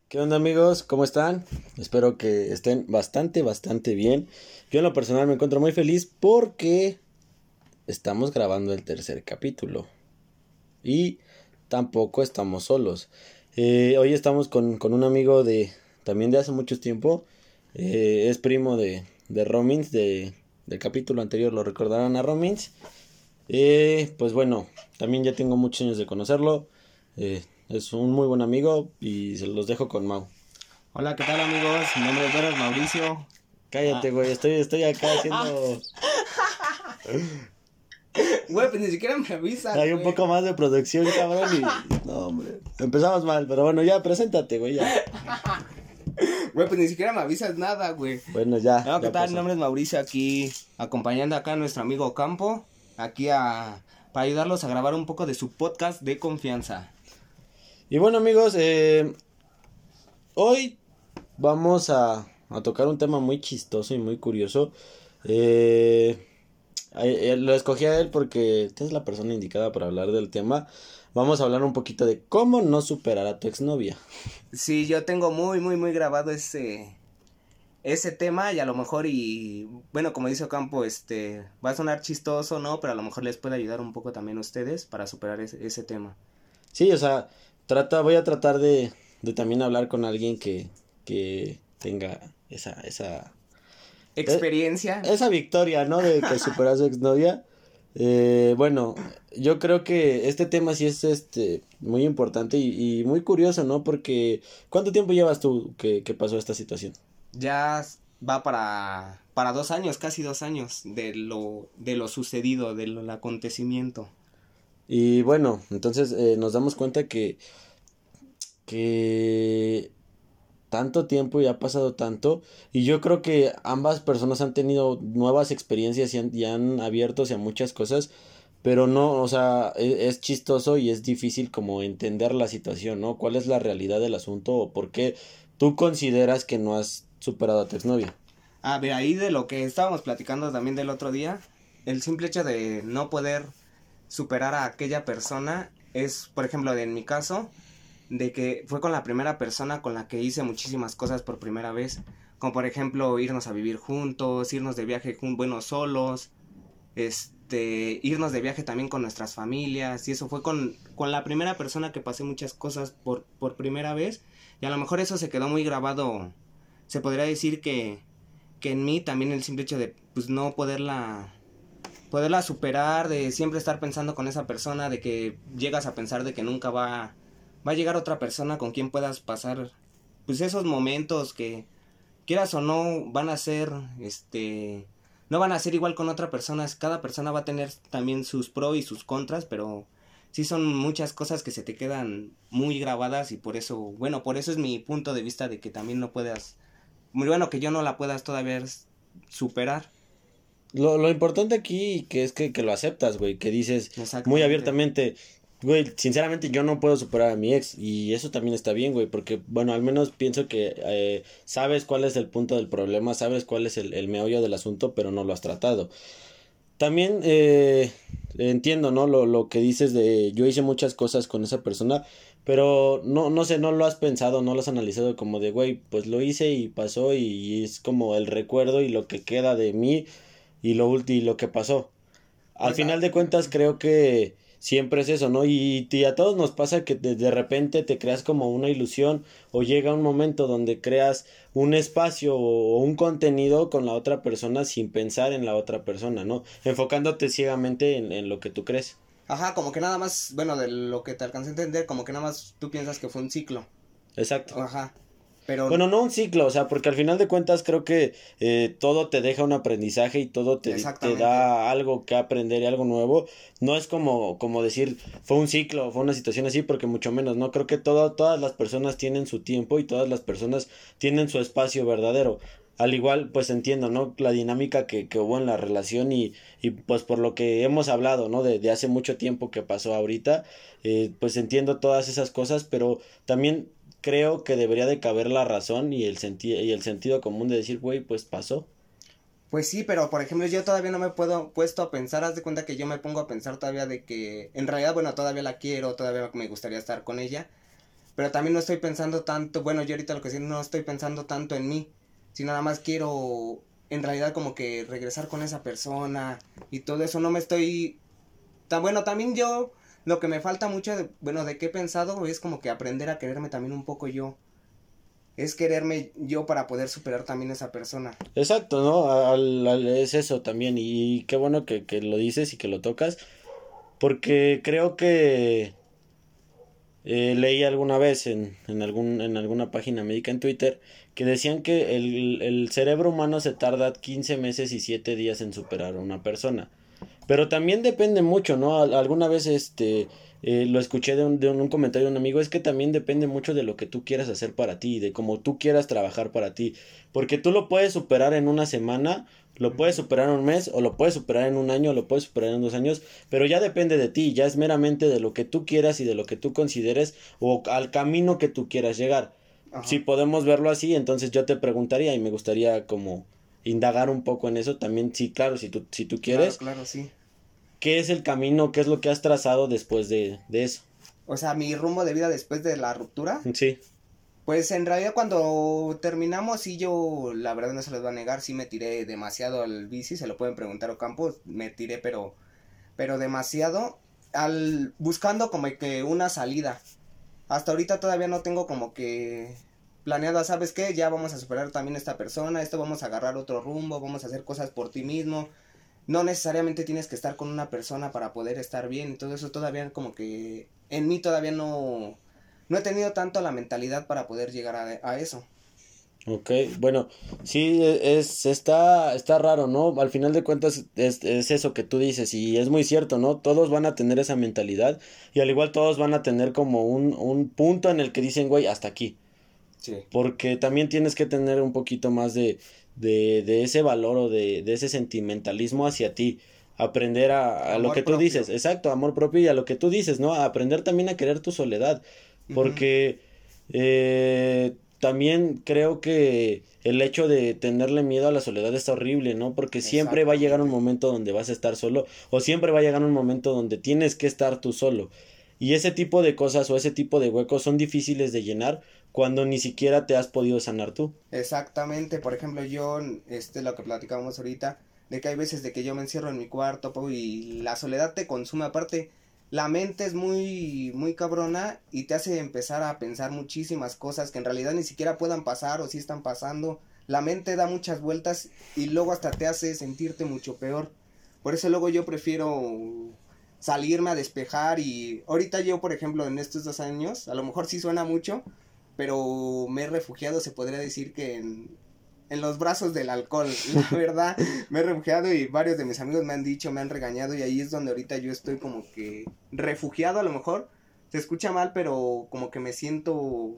¿Qué onda amigos? ¿Cómo están? Espero que estén bastante bien. Yo en lo personal me encuentro muy feliz porque estamos grabando el tercer capítulo y tampoco estamos solos. Hoy estamos con un amigo también de hace mucho tiempo. Es primo de Romins, del capítulo anterior lo recordarán a Romins. Pues bueno, también ya tengo muchos años de conocerlo. Es un muy buen amigo y se los dejo con Mau. Hola, ¿qué tal amigos? Mi nombre es Doras Mauricio. Cállate, güey, estoy acá haciendo... Güey, pues ni siquiera me avisas, Hay un güey. poco más de producción, cabrón, y... No, hombre, empezamos mal, pero bueno, ya, preséntate, güey, ya. Güey, pues ni siquiera me avisas nada, güey. Bueno, ya, No, ¿qué ya tal? Mi pasó. nombre es Mauricio, aquí acompañando acá a nuestro amigo Campo, aquí para ayudarlos a grabar un poco de su podcast de confianza. Y bueno, amigos, hoy vamos a tocar un tema muy chistoso y muy curioso. Eh, lo escogí a él porque esta es la persona indicada para hablar del tema. Vamos a hablar un poquito de cómo no superar a tu exnovia. Sí, yo tengo muy grabado ese tema y a lo mejor bueno, como dice Campo, va a sonar chistoso, ¿no? Pero a lo mejor les puede ayudar un poco también a ustedes para superar ese tema. Sí, o sea, voy a tratar de también hablar con alguien que tenga eh, Experiencia. esa victoria, ¿no? De que superó a su exnovia. Bueno, yo creo que este tema sí es muy importante y muy curioso, ¿no? Porque ¿cuánto tiempo llevas tú que pasó esta situación? Va para 2 años, casi 2 años de lo sucedido, del acontecimiento. Y bueno, entonces nos damos cuenta que tanto tiempo y ha pasado tanto y yo creo que ambas personas han tenido nuevas experiencias y han abierto hacia muchas cosas, pero no, o sea, es chistoso y es difícil como entender la situación, ¿no? ¿Cuál es la realidad del asunto o por qué tú consideras que no has superado a tu exnovia? A ver, ahí de lo que estábamos platicando también del otro día, el simple hecho de no poder superar a aquella persona es, por ejemplo, en mi caso, de que fue con la primera persona con la que hice muchísimas cosas por primera vez, como por ejemplo irnos a vivir juntos, irnos de viaje bueno, solos, irnos de viaje también con nuestras familias, y eso fue con la primera persona que pasé muchas cosas por primera vez, y a lo mejor eso se quedó muy grabado, se podría decir que en mí también el simple hecho de pues no poderla superar, de siempre estar pensando con esa persona, de que llegas a pensar de que nunca va a llegar otra persona con quien puedas pasar pues esos momentos que quieras o no van a ser no van a ser igual con otra persona, cada persona va a tener también sus pros y sus contras, pero sí son muchas cosas que se te quedan muy grabadas y por eso, bueno, por eso es mi punto de vista de que también no puedas, muy bueno que yo no la puedas todavía superar. Lo importante aquí que es que lo aceptas, güey, que dices muy Exactamente. abiertamente, güey, sinceramente yo no puedo superar a mi ex y eso también está bien, güey, porque, bueno, al menos pienso que sabes cuál es el punto del problema, sabes cuál es el meollo del asunto, pero no lo has tratado. También entiendo, ¿no? Lo que dices de yo hice muchas cosas con esa persona, pero no sé, no lo has pensado, no lo has analizado como de, güey, pues lo hice y pasó y es como el recuerdo y lo que queda de mí y lo que pasó. Al Pues final de cuentas creo que siempre es eso, ¿no? Y a todos nos pasa que de repente te creas como una ilusión o llega un momento donde creas un espacio o un contenido con la otra persona sin pensar en la otra persona, ¿no? Enfocándote ciegamente en lo que tú crees. ajá, como que nada más, bueno, de lo que te alcancé a entender, como que nada más tú piensas que fue un ciclo. Exacto. Ajá. Pero Bueno, no un ciclo, o sea, porque al final de cuentas creo que todo te deja un aprendizaje y todo te exactamente. da algo que aprender y algo nuevo. No es como decir fue un ciclo, fue una situación así, porque mucho menos, ¿no? Creo que todas las personas tienen su tiempo y todas las personas tienen su espacio verdadero. Al igual, pues entiendo, ¿no? La dinámica que hubo en la relación y pues por lo que hemos hablado, ¿no? De hace mucho tiempo que pasó ahorita, pues entiendo todas esas cosas, pero también creo que debería de caber la razón y el sentido común de decir, güey, pues pasó. pues sí, pero por ejemplo yo todavía no me puedo puesto a pensar, haz de cuenta que yo me pongo a pensar todavía de que en realidad, bueno, todavía la quiero, todavía me gustaría estar con ella, pero también no estoy pensando tanto, bueno, yo ahorita lo que sí no estoy pensando tanto en mí, sino nada más quiero en realidad como que regresar con esa persona y todo eso, no me estoy tan bueno, también yo lo que me falta mucho de qué he pensado es como que aprender a quererme también un poco yo. Es quererme yo para poder superar también a esa persona. Exacto, ¿no? Es eso también. Y qué bueno que lo dices y que lo tocas. Porque creo que leí alguna vez en alguna página médica en Twitter que decían que el cerebro humano se tarda 15 meses y 7 días en superar a una persona. Pero también depende mucho, ¿no? Alguna vez lo escuché de un comentario de un amigo, es que también depende mucho de lo que tú quieras hacer para ti, de cómo tú quieras trabajar para ti. Porque tú lo puedes superar en una semana, lo puedes superar en un mes, o lo puedes superar en un año, o lo puedes superar en 2 años, pero ya depende de ti, ya es meramente de lo que tú quieras y de lo que tú consideres o al camino que tú quieras llegar. Si Ajá. podemos verlo así, entonces yo te preguntaría y me gustaría como indagar un poco en eso también, sí, claro, si tú Claro, quieres, claro, sí. ¿qué es el camino, qué es lo que has trazado después de eso? O sea, mi rumbo de vida después de la ruptura. Sí, Pues en realidad cuando terminamos, sí yo, la verdad no se los voy a negar, sí me tiré demasiado al bici, se lo pueden preguntar a Ocampo, me tiré pero demasiado, buscando como que una salida. Hasta ahorita todavía no tengo como que planeado, ¿sabes qué? Ya vamos a superar también a esta persona, esto vamos a agarrar otro rumbo, vamos a hacer cosas por ti mismo. No necesariamente tienes que estar con una persona para poder estar bien, y todo eso todavía como que en mí todavía no he tenido tanto la mentalidad para poder llegar a eso. ok, bueno, sí, está raro, ¿no? Al final de cuentas es eso que tú dices y es muy cierto, ¿no? Todos van a tener esa mentalidad y al igual todos van a tener como un punto en el que dicen, güey, hasta aquí. Sí. Porque también tienes que tener un poquito más de ese valor o de ese sentimentalismo hacia ti. Aprender a lo Amor que tú dices, propio. exacto, amor propio y a lo que tú dices, ¿no? A aprender también a querer tu soledad. Ujú. Porque también creo que el hecho de tenerle miedo a la soledad está horrible, ¿no? Porque siempre va a llegar un Exactamente. momento donde vas a estar solo o siempre va a llegar un momento donde tienes que estar tú solo. Y ese tipo de cosas o ese tipo de huecos son difíciles de llenar cuando ni siquiera te has podido sanar tú. Exactamente, por ejemplo, yo, lo que platicábamos ahorita, de que hay veces de que yo me encierro en mi cuarto, y la soledad te consume, aparte, la mente es muy, muy cabrona y te hace empezar a pensar muchísimas cosas que en realidad ni siquiera puedan pasar o sí están pasando, la mente da muchas vueltas y luego hasta te hace sentirte mucho peor, por eso luego yo prefiero salirme a despejar y ahorita yo, por ejemplo, en estos 2 años, a lo mejor sí suena mucho, pero me he refugiado, se podría decir que en los brazos del alcohol, la verdad, me he refugiado y varios de mis amigos me han dicho, me han regañado y ahí es donde ahorita yo estoy como que refugiado a lo mejor, se escucha mal, pero como que me siento,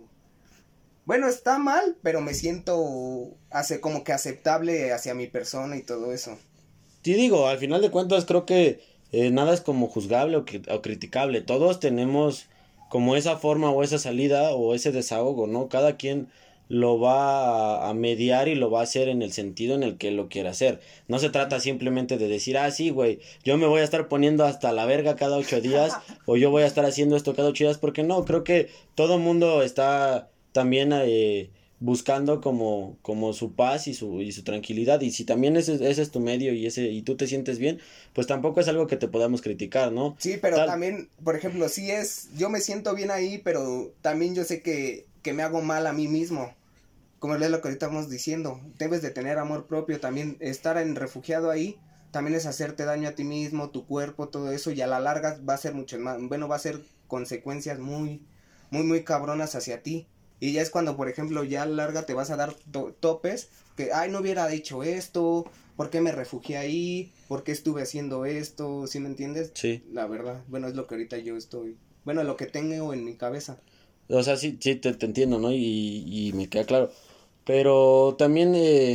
bueno, está mal, pero me siento como que aceptable hacia mi persona y todo eso. Sí digo, al final de cuentas creo que nada es como juzgable o criticable. Todos tenemos como esa forma o esa salida o ese desahogo, ¿no? Cada quien lo va a mediar y lo va a hacer en el sentido en el que lo quiera hacer. No se trata simplemente de decir, ah, sí, güey, yo me voy a estar poniendo hasta la verga cada 8 días o yo voy a estar haciendo esto cada 8 días, porque no, creo que todo mundo está también buscando como su paz y su tranquilidad. Y si también ese es tu medio y tú te sientes bien, pues tampoco es algo que te podamos criticar, ¿no? Sí, pero Tal, también, por ejemplo, yo me siento bien ahí, pero también yo sé que me hago mal a mí mismo. Como es lo que ahorita estamos diciendo, debes de tener amor propio, también estar en refugiado ahí, también es hacerte daño a ti mismo, tu cuerpo, todo eso, y a la larga va a ser mucho más, bueno, va a ser consecuencias muy, muy, muy cabronas hacia ti. Y ya es cuando, por ejemplo, ya a la larga te vas a dar topes, que, ay, no hubiera hecho esto, ¿por qué me refugié ahí? ¿Por qué estuve haciendo esto? ¿Sí me entiendes? sí. La verdad, bueno, es lo que ahorita yo estoy, bueno, lo que tengo en mi cabeza. O sea, sí, sí, te entiendo, ¿no? Y me queda claro. Pero también,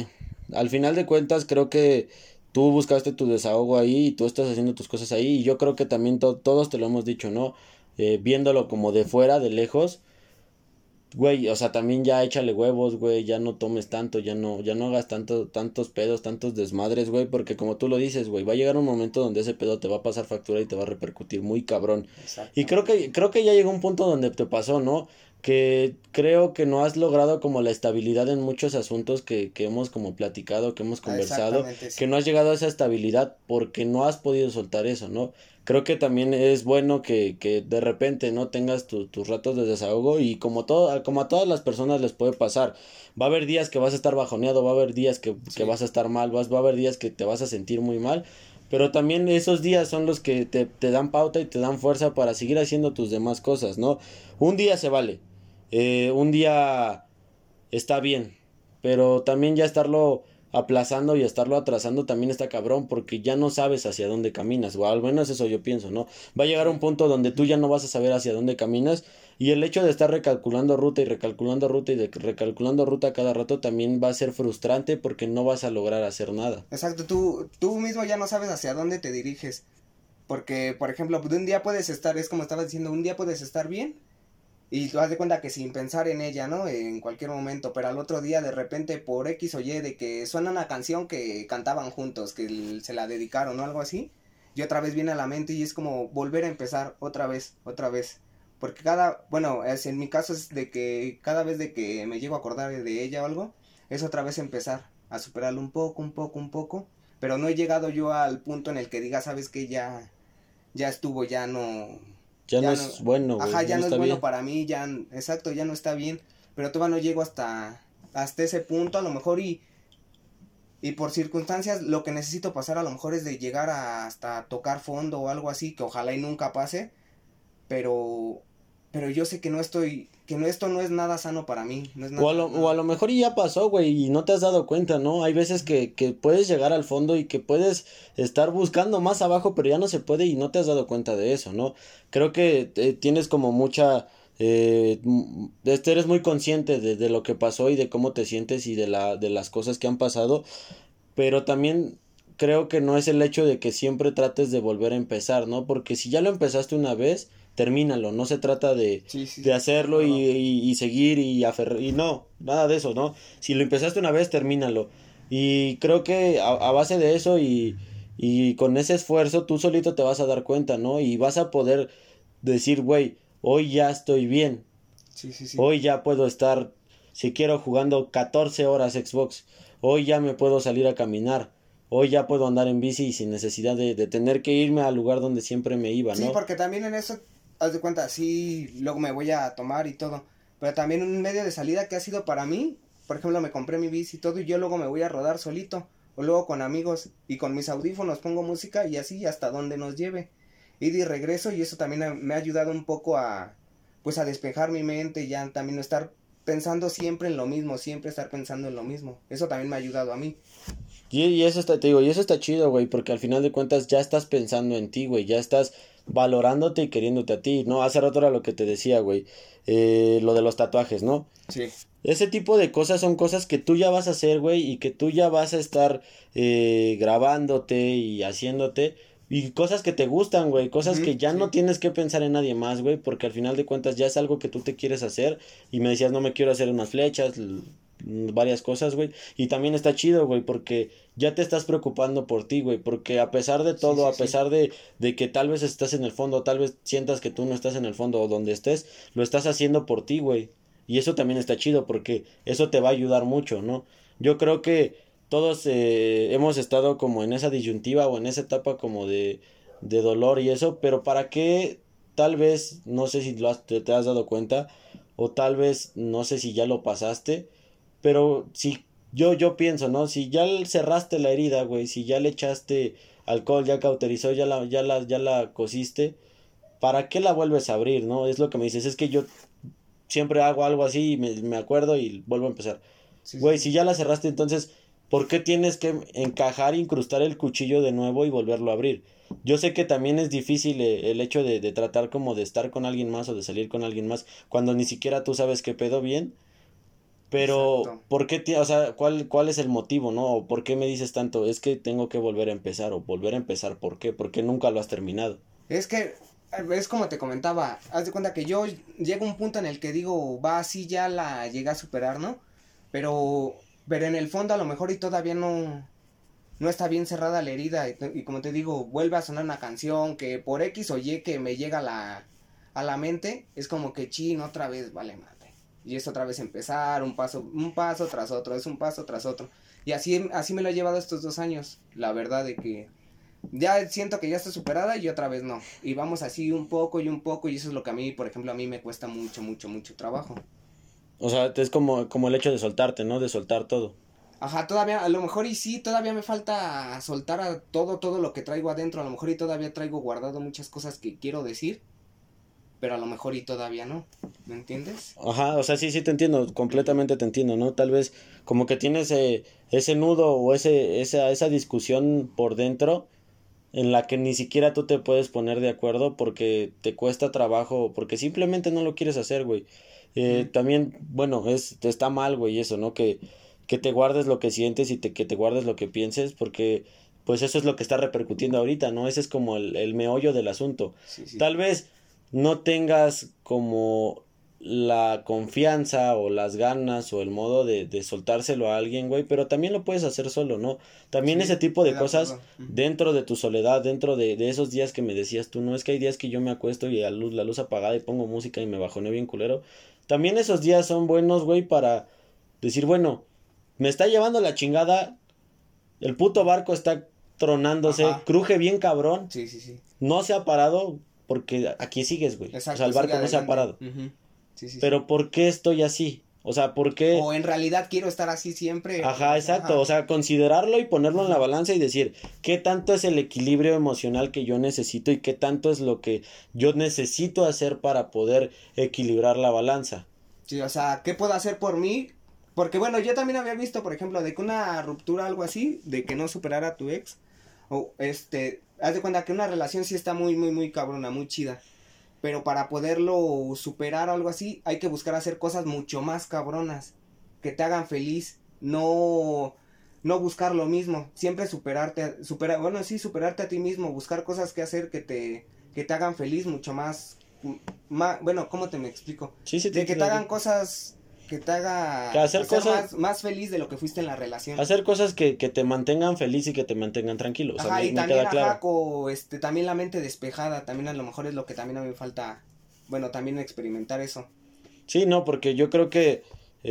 al final de cuentas, creo que tú buscaste tu desahogo ahí y tú estás haciendo tus cosas ahí. Y yo creo que también todos te lo hemos dicho, ¿no? Viéndolo como de fuera, de lejos. Güey, o sea, también ya échale huevos, güey, ya no tomes tanto, ya no hagas tantos pedos, tantos desmadres, güey, porque como tú lo dices, güey, va a llegar un momento donde ese pedo te va a pasar factura y te va a repercutir muy cabrón. Y creo Exactamente. que, creo que ya llegó un punto donde te pasó, ¿no? que creo que no has logrado como la estabilidad en muchos asuntos que hemos como platicado, que hemos conversado, Sí. que no has llegado a esa estabilidad porque no has podido soltar eso, ¿no? Creo que también es bueno que de repente no tengas tus ratos de desahogo y como a todas las personas les puede pasar, va a haber días que vas a estar bajoneado, va a haber días que vas a estar mal, va a haber días que te vas a sentir muy mal, pero también esos días son los que te dan pauta y te dan fuerza para seguir haciendo tus demás cosas, ¿no? Un día se vale, un día está bien, pero también ya estarlo aplazando y estarlo atrasando también está cabrón porque ya no sabes hacia dónde caminas, o al menos eso yo pienso, ¿no? Va a llegar un punto donde tú ya no vas a saber hacia dónde caminas y el hecho de estar recalculando ruta y recalculando ruta y recalculando ruta cada rato también va a ser frustrante porque no vas a lograr hacer nada. Exacto, tú mismo ya no sabes hacia dónde te diriges. Porque, por ejemplo, de un día puedes estar, es como estabas diciendo, un día puedes estar bien y tú haz de cuenta que sin pensar en ella, ¿no? En cualquier momento, pero al otro día de repente por X o Y de que suena una canción que cantaban juntos, que se la dedicaron o algo así, y otra vez viene a la mente y es como volver a empezar otra vez, otra vez. Porque bueno, en mi caso es de que cada vez de que me llego a acordar de ella o algo, es otra vez empezar a superarlo un poco, un poco, un poco, pero no he llegado yo al punto en el que diga, sabes que ya estuvo, Ya no ya no, es bueno, güey, ajá, ya ya no no es está bueno bien. para mí, exacto, ya no está bien, pero todavía no llego hasta ese punto, a lo mejor, y por circunstancias, lo que necesito pasar a lo mejor es de llegar hasta tocar fondo o algo así, que ojalá y nunca pase, pero, pero yo sé que esto no es nada sano para mí, no es nada, O a nada. lo mejor y ya pasó, güey, y no te has dado cuenta, ¿no? Hay veces que puedes llegar al fondo y que puedes estar buscando más abajo, pero ya no se puede y no te has dado cuenta de eso, ¿no? Creo que tienes como mucha... eres muy consciente de lo que pasó y de cómo te sientes y de las cosas que han pasado, pero también creo que no es el hecho de que siempre trates de volver a empezar, ¿no? Porque si ya lo empezaste una vez, termínalo, no se trata Sí, sí, de sí, estoy de hacerlo acuerdo. y seguir y aferrar, y no, nada de eso, ¿no? Si lo empezaste una vez, termínalo. Y creo que a base de eso y con ese esfuerzo tú solito te vas a dar cuenta, ¿no? Y vas a poder decir, güey, hoy ya estoy bien, Sí, sí, sí. hoy ya puedo estar, si quiero, jugando 14 horas Xbox. Hoy ya me puedo salir a caminar. Hoy ya puedo andar en bici sin necesidad de tener que irme al lugar donde siempre me iba, Sí, ¿no? porque también en eso, haz de cuenta, sí, luego me voy a tomar y todo, pero también un medio de salida que ha sido para mí, por ejemplo, me compré mi bici y todo y yo luego me voy a rodar solito, o luego con amigos y con mis audífonos pongo música y así hasta donde nos lleve. Ir y regreso y eso también me ha ayudado un poco pues a despejar mi mente y ya también no estar pensando siempre en lo mismo, siempre estar pensando en lo mismo. Eso también me ha ayudado a mí. Y eso está, te digo, y eso está chido, güey, porque al final de cuentas ya estás pensando en ti, güey, ya estás valorándote y queriéndote a ti, ¿no? Hace rato era lo que te decía, güey, lo de los tatuajes, ¿no? Sí. Ese tipo de cosas son cosas que tú ya vas a hacer, güey, y que tú ya vas a estar grabándote y haciéndote. Y cosas que te gustan, güey, cosas Ujú, que ya no sí. tienes que pensar en nadie más, güey, porque al final de cuentas ya es algo que tú te quieres hacer. Y me decías, no me quiero hacer unas flechas, varias cosas, güey. Y también está chido, güey, porque ya te estás preocupando por ti, güey, porque a pesar de Sí, todo, sí, a sí. pesar de que tal vez estás en el fondo, tal vez sientas que tú no estás en el fondo o donde estés, lo estás haciendo por ti, güey. Y eso también está chido porque eso te va a ayudar mucho, ¿no? Yo creo que todos hemos estado como en esa disyuntiva o en esa etapa como de dolor y eso, pero ¿para qué? Tal vez, no sé si te has dado cuenta o tal vez, no sé si ya lo pasaste, pero si yo pienso, ¿no? Si ya cerraste la herida, güey, si ya le echaste alcohol, ya cauterizó, ya la cosiste, ¿para qué la vuelves a abrir, no? Es lo que me dices, es que yo siempre hago algo así y me acuerdo y vuelvo a empezar. Sí, sí, Güey, sí. si ya la cerraste, entonces, ¿por qué tienes que encajar, incrustar el cuchillo de nuevo y volverlo a abrir? Yo sé que también es difícil el hecho de tratar como de estar con alguien más o de salir con alguien más cuando ni siquiera tú sabes qué pedo bien, pero Exacto. ¿por qué, o sea, cuál es el motivo, no? ¿O por qué me dices tanto? Es que tengo que volver a empezar o volver a empezar, ¿por qué? Porque nunca lo has terminado. Es que es como te comentaba, haz de cuenta que yo llego a un punto en el que digo, va, así ya la llegué a superar, ¿no? Pero en el fondo a lo mejor y todavía no está bien cerrada la herida y como te digo, vuelve a sonar una canción que por X o Y que me llega a la mente, es como que otra vez, vale madre. Y es otra vez empezar, un paso tras otro, es un paso tras otro. Y así me lo he llevado estos 2 años, la verdad de que ya siento que ya está superada y otra vez no. Y vamos así un poco, y eso es lo que a mí, por ejemplo, a mí me cuesta mucho, mucho, mucho trabajo. O sea, es como el hecho de soltarte, ¿no? De soltar todo. Ajá, todavía, a lo mejor y sí, todavía me falta soltar a todo lo que traigo adentro, a lo mejor y todavía traigo guardado muchas cosas que quiero decir, pero a lo mejor y todavía no, ¿me entiendes? Ajá, o sea, sí te entiendo, completamente te entiendo, ¿no? Tal vez como que tienes ese nudo o esa discusión por dentro en la que ni siquiera tú te puedes poner de acuerdo porque te cuesta trabajo, porque simplemente no lo quieres hacer, güey. También, bueno, está mal, güey, eso, ¿no? Que te guardes lo que sientes y que te guardes lo que pienses, porque pues eso es lo que está repercutiendo ahorita, ¿no? Ese es como el meollo del asunto. Sí. Tal vez no tengas como la confianza o las ganas o el modo de soltárselo a alguien, güey, pero también lo puedes hacer solo, ¿no? También Sí, ese tipo de estoy de cosas acuerdo. dentro de tu soledad, dentro de esos días que me decías tú, no es que hay días que yo me acuesto y la luz apagada y pongo música y me bajoneo bien culero. También esos días son buenos, güey, para decir, bueno, me está llevando la chingada, el puto barco está tronándose, Ajá. cruje bien cabrón, Sí. no se ha parado porque aquí sigues, güey. Exacto, O sea, el barco sigue no se ha adelante. parado. Sí. Pero ¿por qué estoy así? O sea, ¿por qué? O en realidad quiero estar así siempre. Ajá, exacto. Ajá. O sea, considerarlo y ponerlo en la balanza y decir, ¿qué tanto es el equilibrio emocional que yo necesito y qué tanto es lo que yo necesito hacer para poder equilibrar la balanza? Sí, o sea, ¿qué puedo hacer por mí? Porque bueno, yo también había visto, por ejemplo, de que una ruptura, algo así, de que no superara a tu ex, o haz de cuenta que una relación sí está muy, muy, muy cabrona, muy chida. Pero para poderlo superar o algo así, hay que buscar hacer cosas mucho más cabronas, que te hagan feliz, no buscar lo mismo, siempre superarte a ti mismo, buscar cosas que hacer que te hagan feliz mucho más, bueno, ¿cómo te me explico? Sí, sí, De que te hagan cosas que te que haga hacer ser cosas, más feliz de lo que fuiste en la relación. hacer cosas que te mantengan feliz y que te mantengan tranquilo. O sea, Ajá, y me también, queda claro. también la mente despejada, también a lo mejor es lo que también a mí me falta, bueno, también experimentar eso. Sí, no, porque yo creo que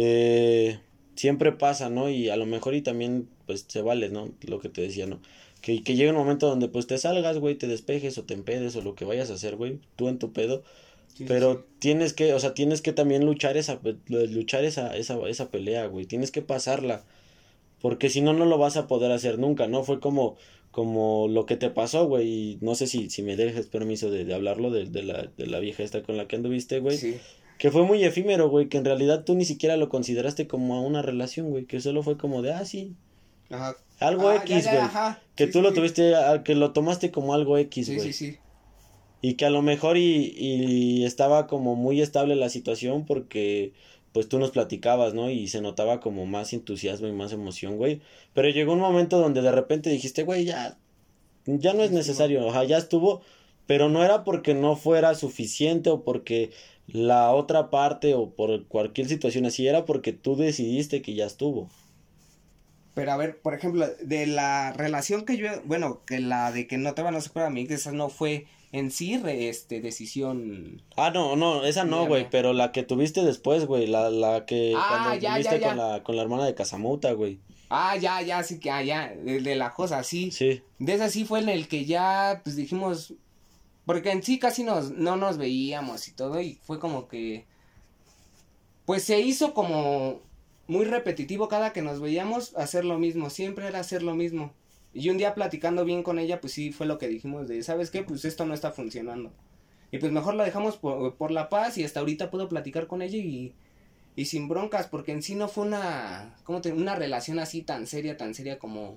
siempre pasa, ¿no? Y a lo mejor y también, pues, se vale, ¿no? Lo que te decía, ¿no? Que llegue un momento donde, pues, te salgas, güey, te despejes o te empedes o lo que vayas a hacer, güey, tú en tu pedo. Sí. Pero tienes que, o sea, tienes que también luchar esa pelea, güey. Tienes que pasarla. Porque si no, no lo vas a poder hacer nunca, ¿no? Fue como lo que te pasó, güey. Y no sé si me dejes permiso de hablarlo de la vieja esta con la que anduviste, güey. Sí. Que fue muy efímero, güey. Que en realidad tú ni siquiera lo consideraste como a una relación, güey. Que solo fue como de, sí. Ajá. Algo Ya, X, güey. ajá. Que Sí, tú sí, lo sí. tuviste, que lo tomaste como algo X, güey. Sí. Y que a lo mejor y estaba como muy estable la situación porque pues tú nos platicabas, ¿no? Y se notaba como más entusiasmo y más emoción, güey. Pero llegó un momento donde de repente dijiste, güey, ya no es Ya estuvo. necesario, ya estuvo. Pero no era porque no fuera suficiente o porque la otra parte o por cualquier situación así, era porque tú decidiste que ya estuvo. Pero a ver, por ejemplo, de la relación que yo, bueno, que la de que no te van a superar a mí, que esa no fue en sí, decisión No, esa no, mía, güey, mía. pero la que tuviste después, güey, la que cuando Ya. viviste con la hermana de Casamuta, güey. Ya, sí que, ya, de la cosa, sí. Sí. De esa sí fue en el que ya, pues dijimos, porque en sí casi no nos veíamos y todo, y fue como que, pues se hizo como muy repetitivo cada que nos veíamos hacer lo mismo, siempre era hacer lo mismo. Y un día platicando bien con ella, pues sí fue lo que dijimos de, ¿sabes qué? Pues esto no está funcionando. Y pues mejor lo dejamos por la paz y hasta ahorita puedo platicar con ella y sin broncas, porque en sí no fue una relación así tan seria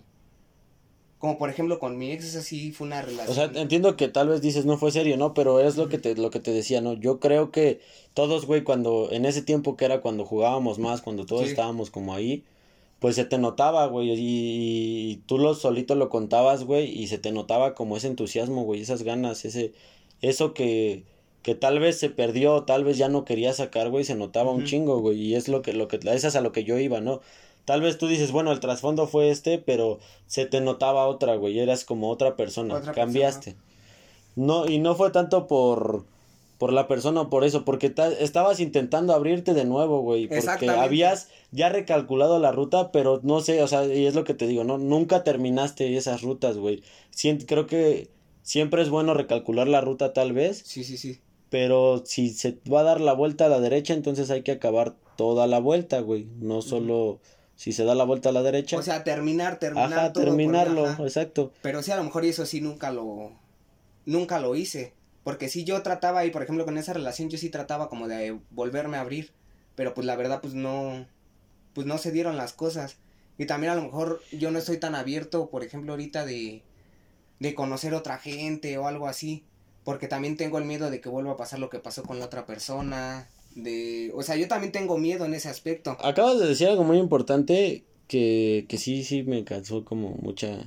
como por ejemplo con mi ex, esa sí fue una O sea, relación. entiendo que tal vez dices no fue serio, ¿no? Pero es lo que te decía, ¿no? Yo creo que todos, güey, cuando, en ese tiempo que era cuando jugábamos más, cuando todos Sí. estábamos como ahí, pues se te notaba, güey, y tú solito lo contabas, güey, y se te notaba como ese entusiasmo, güey, esas ganas, eso que tal vez se perdió, tal vez ya no quería sacar, güey, se notaba un Ujú. chingo, güey, y es eso es a lo que yo iba, ¿no? Tal vez tú dices, bueno, el trasfondo fue pero se te notaba otra, güey, eras como otra persona, Otra persona. cambiaste. No, y no fue tanto por por la persona o por eso, porque estabas intentando abrirte de nuevo, güey, porque habías ya recalculado la ruta, pero no sé, o sea, y es lo que te digo, no, nunca terminaste esas rutas, güey. Creo que siempre es bueno recalcular la ruta tal vez. Sí. Pero si se va a dar la vuelta a la derecha, entonces hay que acabar toda la vuelta, güey, no solo si se da la vuelta a la derecha. O sea, terminar ajá, todo terminarlo, exacto. Pero sí, a lo mejor eso sí nunca lo hice. Porque sí yo trataba, y por ejemplo con esa relación yo sí trataba como de volverme a abrir. Pero pues la verdad pues no se dieron las cosas. Y también a lo mejor yo no estoy tan abierto, por ejemplo ahorita de conocer otra gente o algo así. Porque también tengo el miedo de que vuelva a pasar lo que pasó con la otra persona. O sea, yo también tengo miedo en ese aspecto. Acabas de decir algo muy importante que sí me causó como mucha...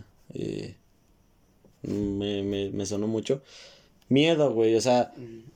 me sonó mucho. Miedo, güey, o sea...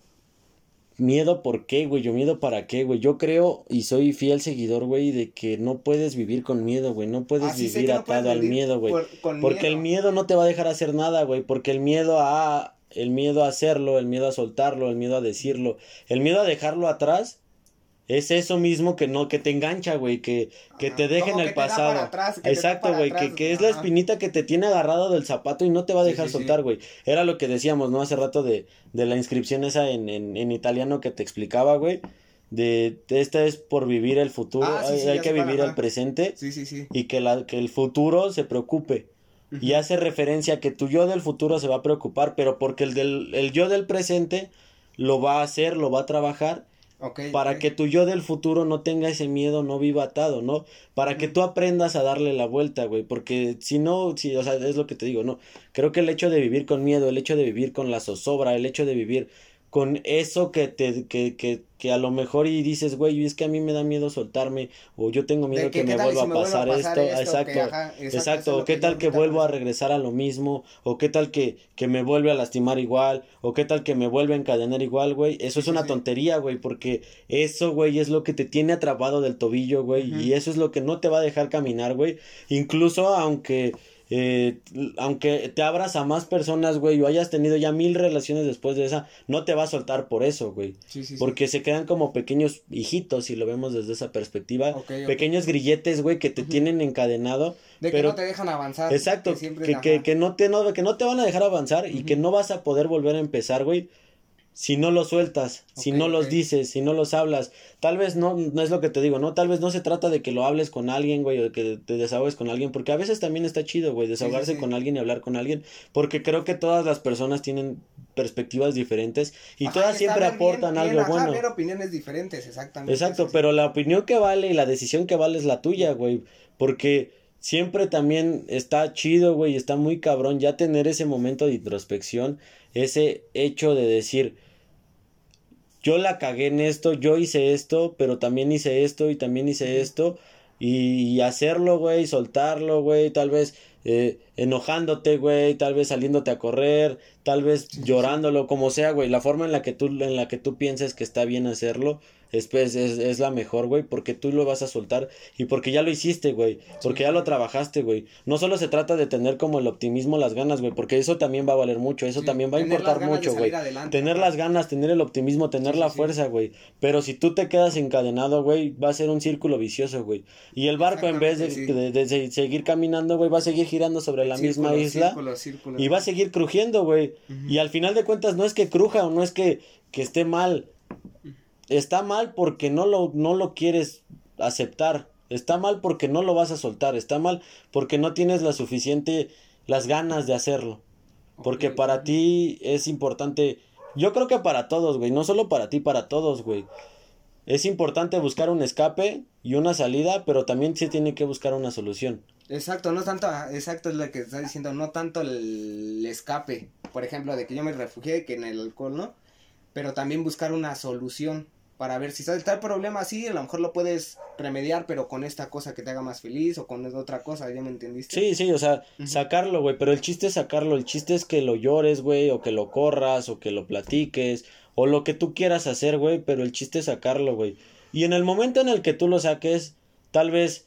Miedo, ¿por qué, güey? Miedo, ¿para qué, güey? Yo creo y soy fiel seguidor, güey, de que no puedes vivir con miedo, güey. No puedes vivir atado al miedo, güey. Porque el miedo no te va a dejar hacer nada, güey. Porque el miedo a hacerlo, el miedo a soltarlo, el miedo a decirlo, el miedo a dejarlo atrás, es eso mismo que te engancha, güey, que te deja en el pasado. Exacto, güey, que es la espinita que te tiene agarrado del zapato y no te va a dejar soltar, güey. Era lo que decíamos, ¿no? Hace rato de la inscripción esa en italiano que te explicaba, güey. Esta es por vivir el futuro, hay que vivir el presente. Sí. Y que el futuro se preocupe. Y hace referencia a que tu yo del futuro se va a preocupar, pero porque el yo del presente lo va a hacer, lo va a trabajar. Para que tu yo del futuro no tenga ese miedo, no viva atado, ¿no? Para que tú aprendas a darle la vuelta, güey, porque si no, o sea, es lo que te digo, ¿no? Creo que el hecho de vivir con miedo, el hecho de vivir con la zozobra, el hecho de vivir con eso que a lo mejor y dices, güey, es que a mí me da miedo soltarme, o yo tengo miedo que me vuelva a pasar esto, exacto, o qué tal que vuelvo a regresar a lo mismo, o qué tal que me vuelve a lastimar igual, o qué tal que me vuelve a encadenar igual, güey, eso es una tontería, güey, porque eso, güey, es lo que te tiene atrapado del tobillo, güey, y eso es lo que no te va a dejar caminar, güey, incluso aunque te abras a más personas, güey, o hayas tenido ya 1000 relaciones después de esa, no te va a soltar por eso, güey. Porque se quedan como pequeños hijitos, si lo vemos desde esa perspectiva. Pequeños grilletes, güey, que te tienen encadenado. Que no te dejan avanzar. Exacto, que no te van a dejar avanzar y que no vas a poder volver a empezar, güey. Si no los sueltas, si no los dices, si no los hablas, tal vez no es lo que te digo, ¿no? Tal vez no se trata de que lo hables con alguien, güey, o de que te desahogues con alguien, porque a veces también está chido, güey, desahogarse con alguien y hablar con alguien, porque creo que todas las personas tienen perspectivas diferentes y todas siempre aportan algo bueno. Ver opiniones diferentes, exactamente. Exacto, pero la opinión que vale y la decisión que vale es la tuya, güey, porque siempre también está chido, güey, está muy cabrón ya tener ese momento de introspección, ese hecho de decir, yo la cagué en esto, yo hice esto, pero también hice esto y también hice esto, y hacerlo, güey, soltarlo, güey, tal vez enojándote, güey, tal vez saliéndote a correr, tal vez llorándolo, como sea, güey, la forma en la que tú pienses que está bien hacerlo, es la mejor, güey, porque tú lo vas a soltar y porque ya lo hiciste, güey, porque ya lo trabajaste, güey. No solo se trata de tener como el optimismo, las ganas, güey, porque eso también va a valer mucho, eso también va a importar mucho, güey. Tener las ganas, tener el optimismo, tener la fuerza, güey. Pero si tú te quedas encadenado, güey, va a ser un círculo vicioso, güey. Y el barco en vez de seguir caminando, güey, va a seguir girando sobre la misma isla y va a seguir crujiendo, güey. Y al final de cuentas no es que cruja o no es que esté mal. Está mal porque no lo quieres aceptar. Está mal porque no lo vas a soltar. Está mal porque no tienes las ganas de hacerlo. Porque para ti es importante. Yo creo que para todos, güey. No solo para ti, para todos, güey. Es importante buscar un escape y una salida, pero también se tiene que buscar una solución. Exacto, no tanto, exacto es lo que estás diciendo, no tanto el escape, por ejemplo, de que yo me refugié, que en el alcohol, ¿no? Pero también buscar una solución para ver si está el problema así, a lo mejor lo puedes remediar, pero con esta cosa que te haga más feliz o con otra cosa, ¿ya me entendiste? Sí, o sea, sacarlo, güey, pero el chiste es sacarlo, el chiste es que lo llores, güey, o que lo corras, o que lo platiques, o lo que tú quieras hacer, güey, pero el chiste es sacarlo, güey. Y en el momento en el que tú lo saques, tal vez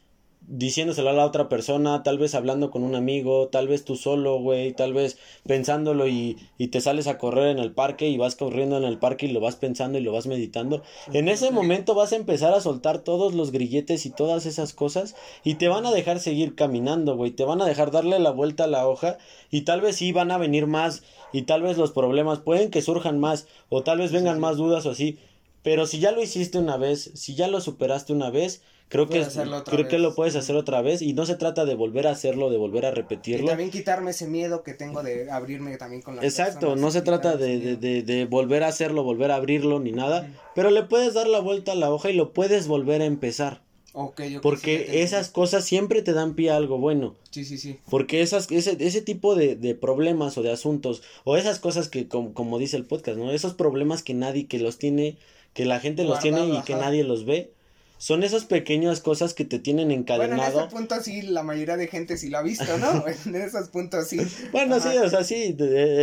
diciéndoselo a la otra persona, tal vez hablando con un amigo, tal vez tú solo, güey, tal vez pensándolo y te sales a correr en el parque y vas corriendo en el parque y lo vas pensando y lo vas meditando. En ese momento vas a empezar a soltar todos los grilletes y todas esas cosas y te van a dejar seguir caminando, güey, te van a dejar darle la vuelta a la hoja y tal vez sí van a venir más y tal vez los problemas pueden que surjan más o tal vez vengan más dudas o así, pero si ya lo hiciste una vez, si ya lo superaste una vez, creo que lo puedes hacer otra vez y no se trata de volver a hacerlo, de volver a repetirlo. Y también quitarme ese miedo que tengo de abrirme también con las Exacto, personas. no se trata de volver a hacerlo, volver a abrirlo ni nada, pero le puedes dar la vuelta a la hoja y lo puedes volver a empezar. Okay, porque sí, esas cosas siempre te dan pie a algo bueno. Sí. Porque ese tipo de problemas o de asuntos, o esas cosas que, como dice el podcast, ¿no? Esos problemas que nadie que los tiene, que la gente los tiene y que nadie los ve, son esas pequeñas cosas que te tienen encadenado. Bueno, en este punto sí, la mayoría de gente sí lo ha visto, ¿no? En esos puntos sí. Bueno, sí, o sea, sí,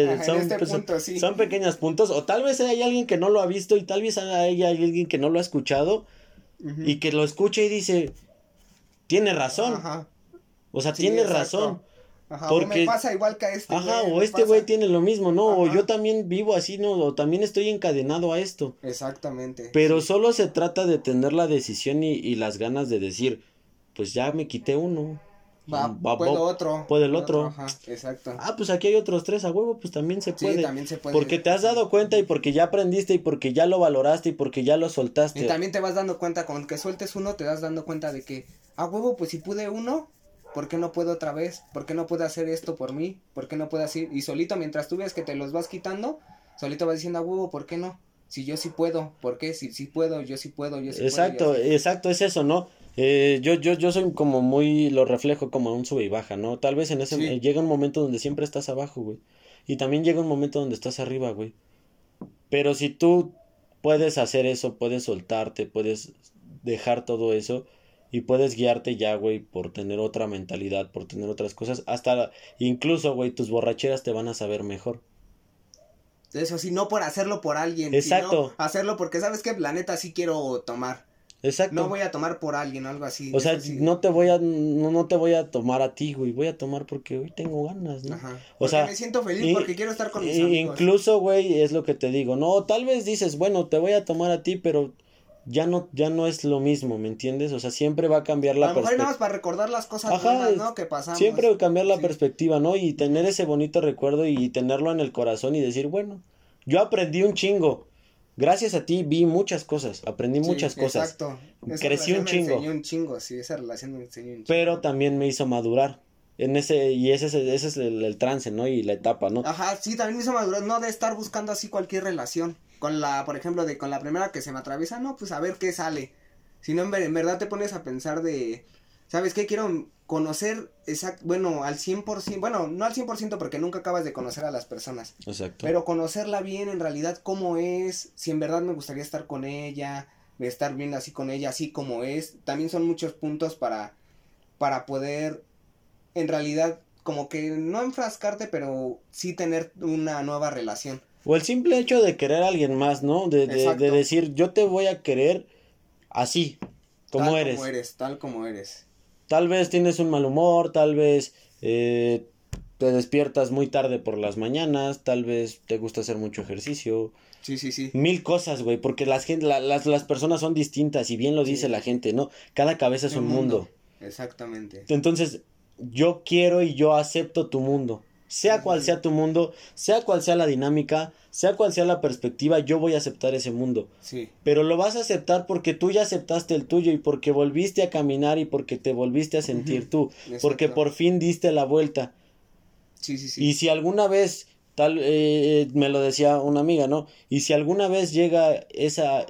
son pequeños puntos, o tal vez hay alguien que no lo ha visto y tal vez hay alguien que no lo ha escuchado. Y que lo escucha y dice, tiene razón. Ajá. O sea, tiene razón. Ajá, porque... o me pasa igual que a este ajá, o este güey tiene lo mismo, ¿no? Ajá. O yo también vivo así, ¿no? O también estoy encadenado a esto. Exactamente. Pero solo se trata de tener la decisión y las ganas de decir, pues ya me quité uno. Puede el otro. Ajá, exacto. Ah, pues aquí hay otros 3 a huevo, pues también se puede. Sí, también se puede. Porque te has dado cuenta y porque ya aprendiste y porque ya lo valoraste y porque ya lo soltaste. Y también te vas dando cuenta, con que sueltes uno, te das dando cuenta de que, a huevo, pues si pude uno, ¿por qué no puedo otra vez? ¿Por qué no puedo hacer esto por mí? ¿Por qué no puedo hacer? Y solito, mientras tú ves que te los vas quitando, solito vas diciendo, a huevo, ¿por qué no? Si yo sí puedo, ¿por qué? Si sí puedo, yo sí puedo, yo sí puedo. Exacto, es eso, ¿no? Yo soy como muy, lo reflejo como un sube y baja, ¿no? Tal vez en ese, llega un momento donde siempre estás abajo, güey. Y también llega un momento donde estás arriba, güey. Pero si tú puedes hacer eso, puedes soltarte, puedes dejar todo eso y puedes guiarte ya, güey, por tener otra mentalidad, por tener otras cosas, hasta incluso, güey, tus borracheras te van a saber mejor. Eso sí, no por hacerlo por alguien, exacto, sino hacerlo porque sabes que la neta sí quiero tomar. Exacto. No voy a tomar por alguien, algo así. O sea, sí. no te voy a tomar a ti, güey. Voy a tomar porque hoy tengo ganas, ¿no? Ajá. Porque me siento feliz, porque quiero estar con mis amigos. Incluso, güey, es lo que te digo. No, tal vez dices, bueno, te voy a tomar a ti, pero ya no es lo mismo, ¿me entiendes? O sea, siempre va a cambiar la perspectiva. A lo mejor nada más para recordar las cosas buenas, ¿no? Que pasamos. Siempre va a cambiar la perspectiva, ¿no? Y tener ese bonito recuerdo y tenerlo en el corazón y decir, bueno, yo aprendí un chingo. Gracias a ti vi muchas cosas, aprendí muchas cosas. Exacto. Crecí un chingo. Me enseñó un chingo, sí, esa relación me enseñó un chingo. Pero también me hizo madurar. Ese es el trance, ¿no? Y la etapa, ¿no? Ajá, sí, también me hizo madurar, no de estar buscando así cualquier relación. Por ejemplo, con la primera que se me atraviesa, no, pues a ver qué sale. Sino en verdad te pones a pensar de, ¿sabes qué? Quiero conocer bueno, al 100%, bueno, no al 100% porque nunca acabas de conocer a las personas. Exacto. Pero conocerla bien en realidad cómo es, si en verdad me gustaría estar con ella, de estar bien así con ella, así como es. También son muchos puntos para poder, en realidad, como que no enfrascarte, pero sí tener una nueva relación. O el simple hecho de querer a alguien más, ¿no? De decir, yo te voy a querer así, como eres. Tal como eres. Tal vez tienes un mal humor, tal vez te despiertas muy tarde por las mañanas, tal vez te gusta hacer mucho ejercicio. Sí. 1000 cosas, güey, porque las personas son distintas y bien lo dice la gente, ¿no? Cada cabeza es un mundo. Exactamente. Entonces, yo quiero y yo acepto tu mundo. Sea cual sea tu mundo, sea cual sea la dinámica, sea cual sea la perspectiva, yo voy a aceptar ese mundo. Sí. Pero lo vas a aceptar porque tú ya aceptaste el tuyo y porque volviste a caminar y porque te volviste a sentir tú. Exacto. Porque por fin diste la vuelta. Sí. Y si alguna vez, me lo decía una amiga, ¿no? Y si alguna vez llega esa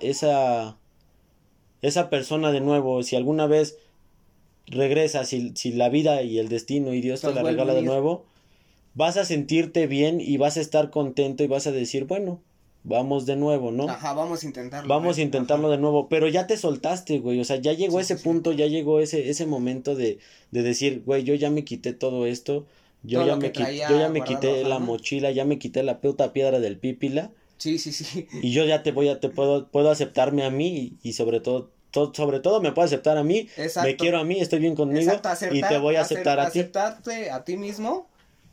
persona de nuevo, si alguna vez regresa, si la vida y el destino y Dios te la regala de nuevo, vas a sentirte bien y vas a estar contento y vas a decir, bueno, vamos de nuevo, ¿no? Ajá, vamos a intentarlo. Vamos a intentarlo de nuevo, pero ya te soltaste, güey, o sea, ya llegó ese punto, ya llegó ese momento de decir, güey, yo ya me quité todo esto, yo ya me quité la mochila, ya me quité la puta piedra del pípila. Sí. Y yo ya puedo aceptarme a mí y sobre todo sobre todo me puedo aceptar a mí, Exacto. me quiero a mí, estoy bien conmigo y te voy a aceptar a ti. Aceptarte a ti mismo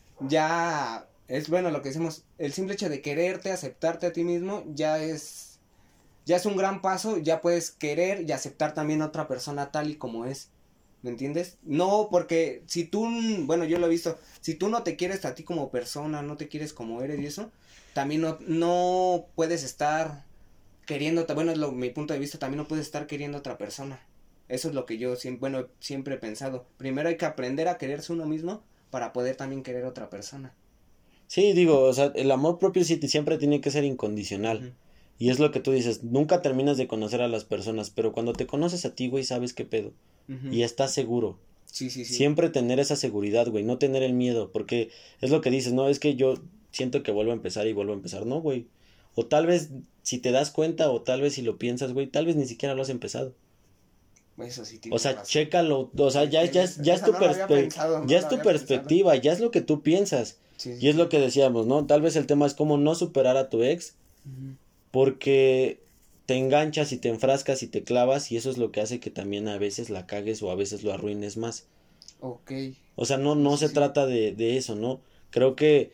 ya es bueno lo que decimos, el simple hecho de quererte, aceptarte a ti mismo ya es un gran paso, ya puedes querer y aceptar también a otra persona tal y como es. ¿Me entiendes? No, porque si tú, bueno, yo lo he visto, si tú no te quieres a ti como persona, no te quieres como eres y eso, también no puedes estar queriéndote, bueno, es mi punto de vista, también no puedes estar queriendo a otra persona. Eso es lo que yo siempre he pensado. Primero hay que aprender a quererse uno mismo para poder también querer a otra persona. Sí, digo, o sea, el amor propio siempre tiene que ser incondicional. Uh-huh. Y es lo que tú dices, nunca terminas de conocer a las personas, pero cuando te conoces a ti, güey, sabes qué pedo. Uh-huh. Y estás seguro. Sí. Siempre tener esa seguridad, güey, no tener el miedo, porque es lo que dices, no, es que yo siento que vuelvo a empezar y vuelvo a empezar, no, güey. O tal vez si te das cuenta o tal vez si lo piensas, güey, tal vez ni siquiera lo has empezado. Eso sí, O sea, razón. chécalo, o sea, ya es tu perspectiva, ya es lo que tú piensas. Sí, y es lo que decíamos, ¿no? Tal vez el tema es cómo no superar a tu ex, uh-huh. porque te enganchas y te enfrascas y te clavas y eso es lo que hace que también a veces la cagues o a veces lo arruines más. Okay. O sea, no se trata de eso, ¿no? Creo que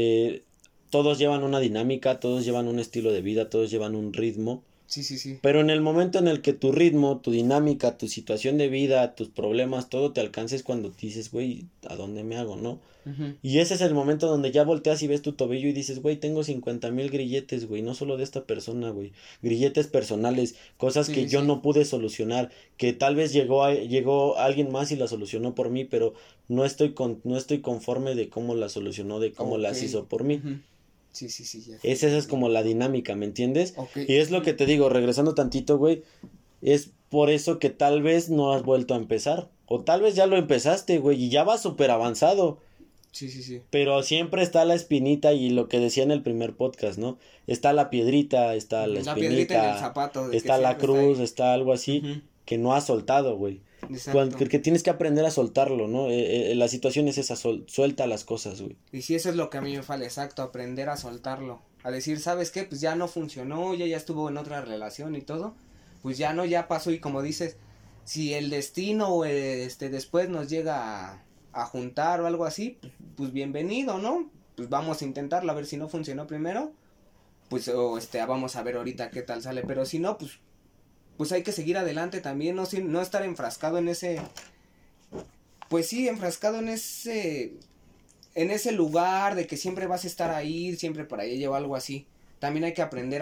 todos llevan una dinámica, todos llevan un estilo de vida, todos llevan un ritmo. Sí. Pero en el momento en el que tu ritmo, tu dinámica, tu situación de vida, tus problemas, todo te alcances cuando dices, güey, ¿a dónde me hago, no? Uh-huh. Y ese es el momento donde ya volteas y ves tu tobillo y dices, güey, tengo 50,000 grilletes, güey, no solo de esta persona, güey. Grilletes personales, cosas que yo no pude solucionar, que tal vez llegó alguien más y la solucionó por mí, pero no estoy conforme de cómo la solucionó, de cómo las hizo por mí. Uh-huh. Sí, ya. Esa es como la dinámica, ¿me entiendes? Okay. Y es lo que te digo, regresando tantito, güey, es por eso que tal vez no has vuelto a empezar. O tal vez ya lo empezaste, güey, y ya vas súper avanzado. Sí. Pero siempre está la espinita y lo que decía en el primer podcast, ¿no? Está la piedrita, está la espinita. La piedrita en el zapato. Está la cruz, está algo así que no has soltado, güey. Que tienes que aprender a soltarlo, ¿no? La situación es esa, suelta las cosas, güey. Y sí, eso es lo que a mí me falta, exacto, aprender a soltarlo. A decir, ¿sabes qué? Pues ya no funcionó, ya estuvo en otra relación y todo. Pues ya no, ya pasó y como dices, si el destino o después nos llega a juntar o algo así, pues bienvenido, ¿no? Pues vamos a intentarlo, a ver si no funcionó primero. Pues vamos a ver ahorita qué tal sale, pero si no, pues hay que seguir adelante también, no estar enfrascado en ese, pues sí, enfrascado en ese lugar de que siempre vas a estar ahí, siempre para allá o algo así. También hay que aprender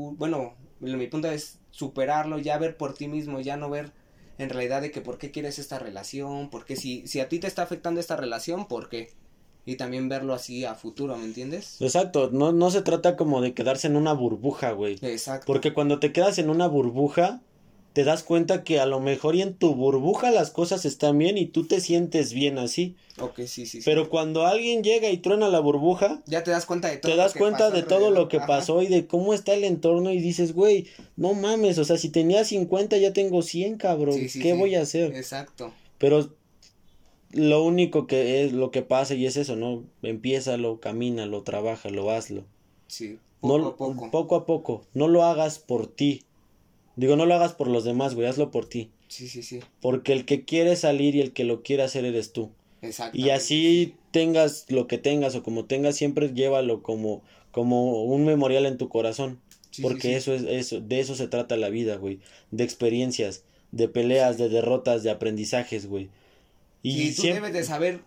mi punto es superarlo, ya ver por ti mismo, ya no ver en realidad de que por qué quieres esta relación, porque si a ti te está afectando esta relación, ¿por qué? Y también verlo así a futuro, ¿me entiendes? Exacto, no se trata como de quedarse en una burbuja, güey. Exacto. Porque cuando te quedas en una burbuja, te das cuenta que a lo mejor y en tu burbuja las cosas están bien y tú te sientes bien así. Ok, sí. Pero cuando alguien llega y truena la burbuja, ya te das cuenta de todo. Te das cuenta de todo lo que pasó y de cómo está el entorno y dices, güey, no mames, o sea, si tenía 50 ya tengo 100, cabrón, ¿qué voy a hacer? Exacto. Pero lo único que es lo que pasa y es eso, ¿no? Empiézalo, camínalo, trabájalo, hazlo. Sí, poco a poco. No lo hagas por ti. Digo, no lo hagas por los demás, güey, hazlo por ti. Sí. Porque el que quiere salir y el que lo quiere hacer eres tú. Exacto. Y así tengas lo que tengas o como tengas, siempre llévalo como un memorial en tu corazón. Porque eso de eso se trata la vida, güey. De experiencias, de peleas, de derrotas, de aprendizajes, güey. Y tú debes de saber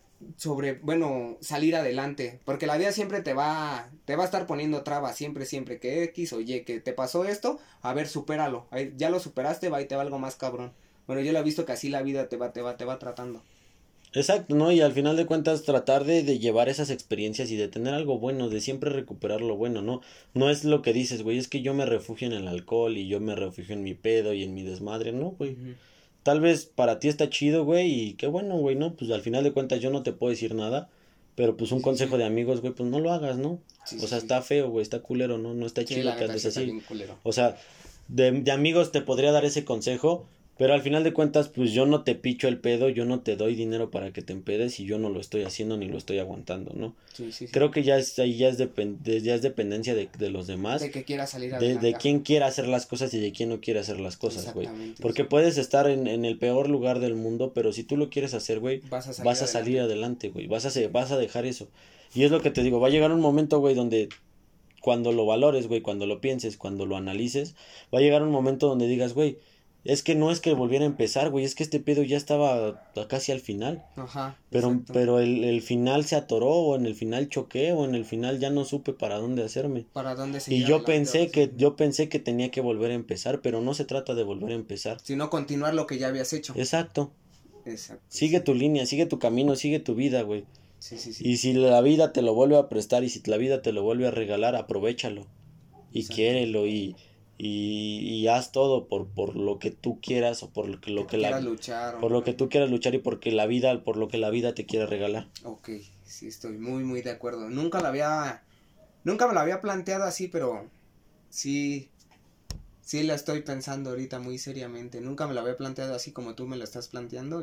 salir adelante, porque la vida siempre te va a estar poniendo trabas, siempre, que X o Y, que te pasó esto, a ver, supéralo, ya lo superaste, va y te va algo más cabrón. Bueno, yo lo he visto que así la vida te va tratando. Exacto, ¿no? Y al final de cuentas tratar de llevar esas experiencias y de tener algo bueno, de siempre recuperar lo bueno, ¿no? No es lo que dices, güey, es que yo me refugio en el alcohol y yo me refugio en mi pedo y en mi desmadre, ¿no, güey? Tal vez para ti está chido, güey, y qué bueno, güey, ¿no? Pues al final de cuentas yo no te puedo decir nada, pero pues un consejo de amigos, güey, pues no lo hagas, ¿no? O sea, está feo, güey, está culero, ¿no? No está chido que andes así. O sea, de amigos te podría dar ese consejo, Pero al final de cuentas, pues yo no te picho el pedo, yo no te doy dinero para que te empedes y yo no lo estoy haciendo ni lo estoy aguantando, ¿no? Sí, sí, sí. Creo que ya es, ahí ya es dependencia de los demás. De que quiera salir De adelante. quién quiere hacer las cosas y de quién no quiere hacer las cosas, güey. Exactamente, Porque sí. puedes estar en el peor lugar del mundo, pero si tú lo quieres hacer, güey, Vas a salir salir adelante, güey. Vas a dejar eso. Y es lo que te digo, va a llegar un momento, güey, donde cuando lo valores, güey, cuando lo pienses, cuando lo analices, va a llegar un momento donde digas, güey, es que no es que volviera a empezar, güey, es que este pedo ya estaba casi al final. Ajá, Pero, exacto. pero el final se atoró, o en el final choqué, o en el final ya no supe para dónde hacerme. Para dónde Y seguir yo adelante, ahora sí. yo pensé que tenía que volver a empezar, pero no se trata de volver a empezar. Sino continuar lo que ya habías hecho. Exacto. Exacto. Sigue Sí. tu línea, sigue tu camino, sigue tu vida, güey. Sí, sí, sí. Y si la vida te lo vuelve a prestar y si la vida te lo vuelve a regalar, aprovéchalo. Y Exacto. quiérelo y haz todo por lo que tú quieras o por lo que quieras luchar. por lo que tú quieras luchar y porque por lo que la vida te quiere regalar. Ok, sí, estoy muy, muy de acuerdo. Nunca me lo había planteado así, pero sí, sí lo estoy pensando ahorita muy seriamente. Nunca me lo había planteado así como tú me lo estás planteando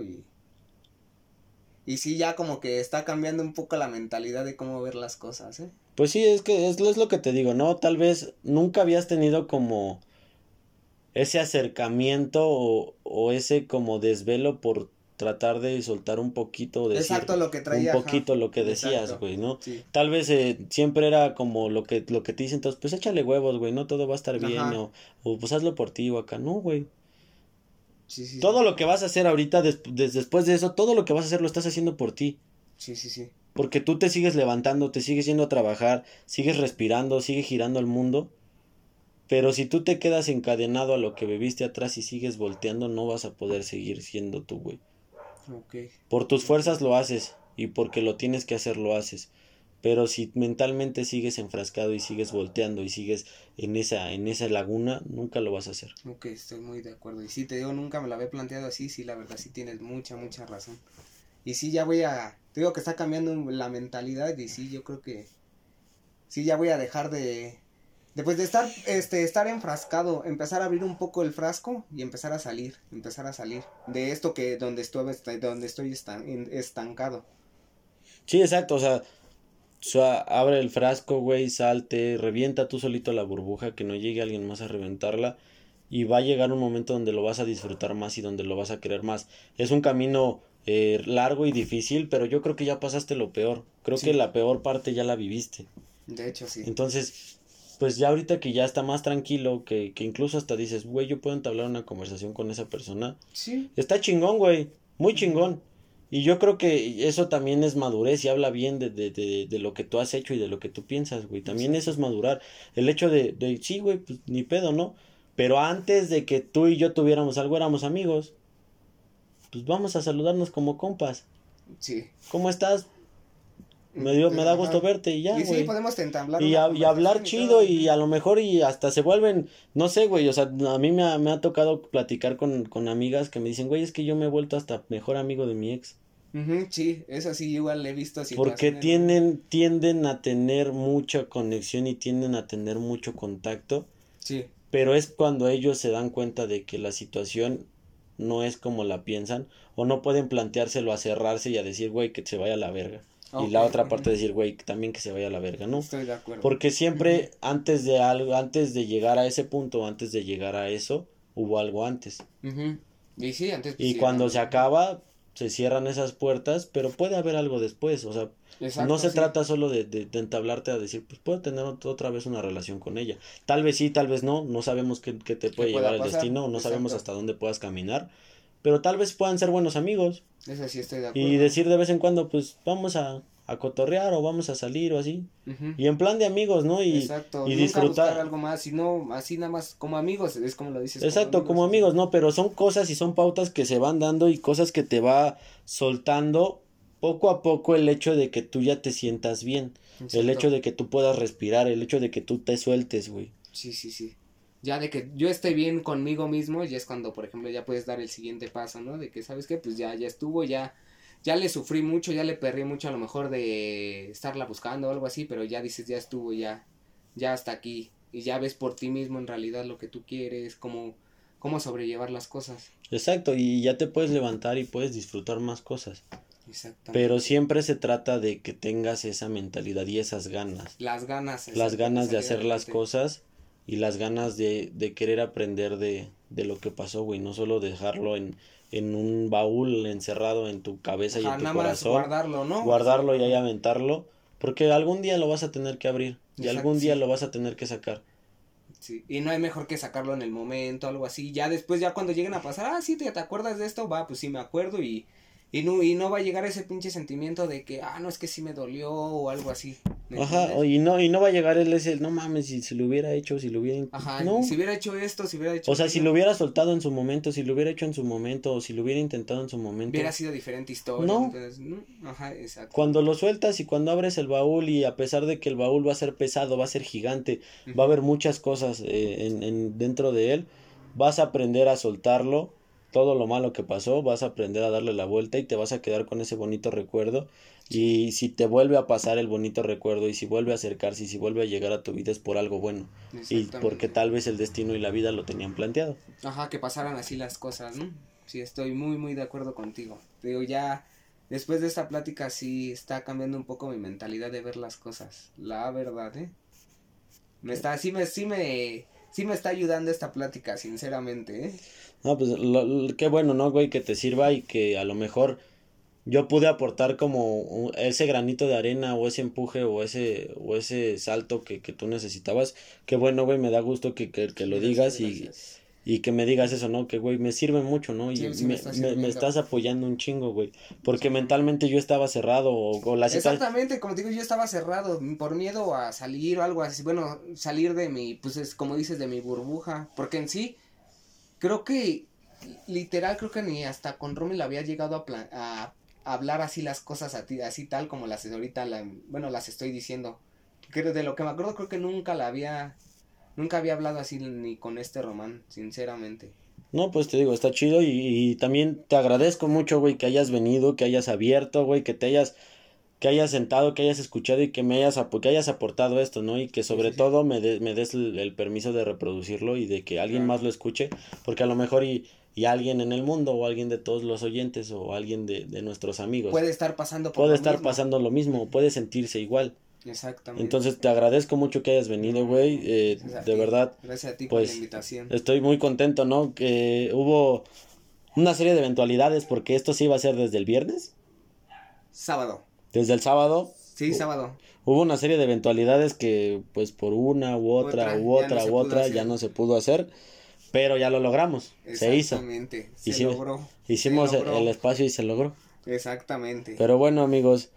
y sí, ya como que está cambiando un poco la mentalidad de cómo ver las cosas, ¿eh? Pues sí, es que es lo que te digo, ¿no? Tal vez nunca habías tenido como ese acercamiento o ese como desvelo por tratar de soltar un poquito, decir Exacto lo que un traía, ajá. poquito lo que decías, Exacto, güey, ¿no? sí. Tal vez siempre era como lo que te dicen, entonces, pues échale huevos, güey, no todo va a estar bien, Ajá. o pues hazlo por ti o acá, no, güey. Sí, sí, sí. Todo lo que vas a hacer ahorita, después de eso, todo lo que vas a hacer lo estás haciendo por ti. Sí, sí, sí. Porque tú te sigues levantando, te sigues yendo a trabajar, sigues respirando, sigue girando el mundo. Pero si tú te quedas encadenado a lo que bebiste atrás y sigues volteando, no vas a poder seguir siendo tú, güey. Ok. Por tus fuerzas lo haces y porque lo tienes que hacer lo haces. Pero si mentalmente sigues enfrascado y sigues volteando y sigues en esa laguna, nunca lo vas a hacer. Ok, estoy muy de acuerdo. Y sí, te digo, nunca me lo había planteado así, sí, la verdad, sí tienes mucha, mucha razón. Y sí, te digo que está cambiando la mentalidad y sí, yo creo que sí, ya voy a dejar después de estar enfrascado, empezar a abrir un poco el frasco y empezar a salir de esto donde estoy estancado. Sí, exacto, o sea, abre el frasco, güey, salte, revienta tú solito la burbuja, que no llegue alguien más a reventarla y va a llegar un momento donde lo vas a disfrutar más y donde lo vas a querer más. Es un camino largo y difícil, pero yo creo que ya pasaste lo peor. Creo que Sí, la peor parte ya la viviste. de hecho sí. Entonces, pues ya ahorita que ya está más tranquilo, que incluso hasta dices, güey, yo puedo entablar una conversación con esa persona. Sí. Está chingón, güey, muy chingón. Y yo creo que eso también es madurez y habla bien de lo que tú has hecho y de lo que tú piensas, güey. También Exacto. eso es madurar. El hecho sí, güey, pues ni pedo, ¿no? Pero antes de que tú y yo tuviéramos algo, éramos amigos. Pues vamos a saludarnos como compas. Sí. ¿Cómo estás? Me da gusto Ajá. verte y ya, Y sí, güey. podemos entablar Y, una y hablar conversación y chido todo. y a lo mejor y hasta se vuelven, no sé, güey, o sea, a mí me ha tocado platicar con amigas que me dicen, güey, es que yo me he vuelto hasta mejor amigo de mi ex. Ujú, sí, eso sí, igual he visto Porque situaciones. tienden a tener mucha conexión y tienden a tener mucho contacto, Sí. pero es cuando ellos se dan cuenta de que la situación no es como la piensan o no pueden planteárselo a cerrarse y a decir, güey, que se vaya a la verga. Y Ok, la otra ujú. parte decir, güey, también que se vaya a la verga, ¿no? Estoy de acuerdo. Porque siempre antes de algo, antes de llegar a ese punto, antes de llegar a eso, hubo algo antes. Ujú. Y sí, antes pues Y sí era cuando se algo. acaba, se cierran esas puertas, pero puede haber algo después. O sea, no Exacto, se sí. trata solo de entablarte a decir, pues puedo tener otra vez una relación con ella. Tal vez sí, tal vez no. No sabemos qué te Que puede llevar pueda el pasar. destino, o no sabemos Exacto. hasta dónde puedas caminar. Pero tal vez puedan ser buenos amigos. Eso sí estoy de Y acuerdo. decir de vez en cuando, pues vamos a cotorrear o vamos a salir o así. Ujú. Y en plan de amigos, ¿no? Exacto. Y Nunca buscar disfrutar. algo más, sino así nada más como amigos. Es como lo dices, como Exacto, amigos. como Así. amigos, ¿no? Pero son cosas y son pautas que se van dando y cosas que te va soltando poco a poco el hecho de que tú ya te sientas bien. El hecho Exacto. de que tú puedas respirar, el hecho de que tú te sueltes, güey. Sí, sí, sí. Ya de que yo esté bien conmigo mismo, ya es cuando, por ejemplo, ya puedes dar el siguiente paso, ¿no? De que, ¿sabes qué? Pues ya estuvo, ya le sufrí mucho, ya le perdí mucho a lo mejor de estarla buscando o algo así, pero ya dices, ya estuvo, ya hasta aquí. Y ya ves por ti mismo en realidad lo que tú quieres, cómo cómo sobrellevar las cosas. Exacto, y ya te puedes levantar y puedes disfrutar más cosas. Exactamente. Pero siempre se trata de que tengas esa mentalidad y esas ganas. Las ganas. Las ganas de salir hacer las adelante. cosas y las ganas de querer aprender de lo que pasó, güey. No solo dejarlo en un baúl encerrado en tu cabeza y Ajá, en tu nada más corazón. guardarlo, ¿no? Guardarlo Sí, y ahí ajá. aventarlo. Porque algún día lo vas a tener que abrir. Y Exacto, algún día sí. lo vas a tener que sacar. Sí, y no hay mejor que sacarlo en el momento, algo así. Ya después, ya cuando lleguen a pasar, sí, te acuerdas de esto, va, pues sí me acuerdo y no va a llegar ese pinche sentimiento de que, no, es que sí me dolió o algo así. ¿Me Ajá, entiendes? y no va a llegar él ese, no mames, si lo hubiera hecho, si lo hubiera... Ajá, No, si hubiera hecho esto, si hubiera hecho o sea, si aquello, lo hubiera soltado en su momento, si lo hubiera hecho en su momento, o si lo hubiera intentado en su momento. hubiera sido diferente historia, No, entonces, ¿no? Ajá, exacto. cuando lo sueltas y cuando abres el baúl y a pesar de que el baúl va a ser pesado, va a ser gigante, va a haber muchas cosas dentro de él, vas a aprender a soltarlo, todo lo malo que pasó, vas a aprender a darle la vuelta y te vas a quedar con ese bonito recuerdo. Y si te vuelve a pasar el bonito recuerdo y si vuelve a acercarse y si vuelve a llegar a tu vida es por algo bueno. Y porque Exactamente. tal vez el destino y la vida lo tenían planteado. Ajá, que pasaran así las cosas, ¿no? Sí, estoy muy, muy de acuerdo contigo. Te digo, ya después de esta plática sí está cambiando un poco mi mentalidad de ver las cosas. La verdad, ¿eh? Sí me está ayudando esta plática, sinceramente, ¿eh? No, pues qué bueno, ¿no, güey? Que te sirva y que a lo mejor yo pude aportar como ese granito de arena o ese empuje o ese salto que tú necesitabas. Qué bueno, güey, me da gusto que lo digas Gracias. y que me digas eso, ¿no? Que, güey, me sirve mucho, ¿no? Y Sí, sí me está me sirviendo. estás apoyando un chingo, güey. Porque Sí. mentalmente yo estaba cerrado o la situación... Exactamente, como te digo, yo estaba cerrado por miedo a salir o algo así. Bueno, salir de mi, pues es como dices, de mi burbuja. Porque en sí, creo que, literal, creo que ni hasta con Romy le había llegado a hablar así las cosas a ti, así tal como las ahorita, bueno, las estoy diciendo. Creo, de lo que me acuerdo, creo que nunca había hablado así ni con este Román, sinceramente. No, pues te digo, está chido y también te agradezco mucho, güey, que hayas venido, que hayas abierto, güey, que hayas sentado, que hayas escuchado y que que hayas aportado esto, ¿no? Y que Sí, sobre sí, sí. todo me des el permiso de reproducirlo y de que alguien Claro. más lo escuche, porque a lo mejor y alguien en el mundo o alguien de todos los oyentes o alguien de nuestros amigos Puede estar pasando por puede lo estar mismo. pasando lo mismo, o puede sentirse igual. Exactamente. Entonces te agradezco mucho que hayas venido, güey, Gracias a de ti. verdad, Gracias a ti por la pues invitación. estoy muy contento, ¿no? Que hubo una serie de eventualidades porque esto sí iba a ser desde el viernes, Sábado. desde el sábado. Sí, sábado. Hubo una serie de eventualidades que pues por una Ya no se u pudo otra ya hacer. no se pudo hacer, pero ya lo logramos, se hizo. Exactamente. Se Hicimos, logró. Se hicimos el logró. espacio y se logró. Exactamente. Pero bueno, amigos,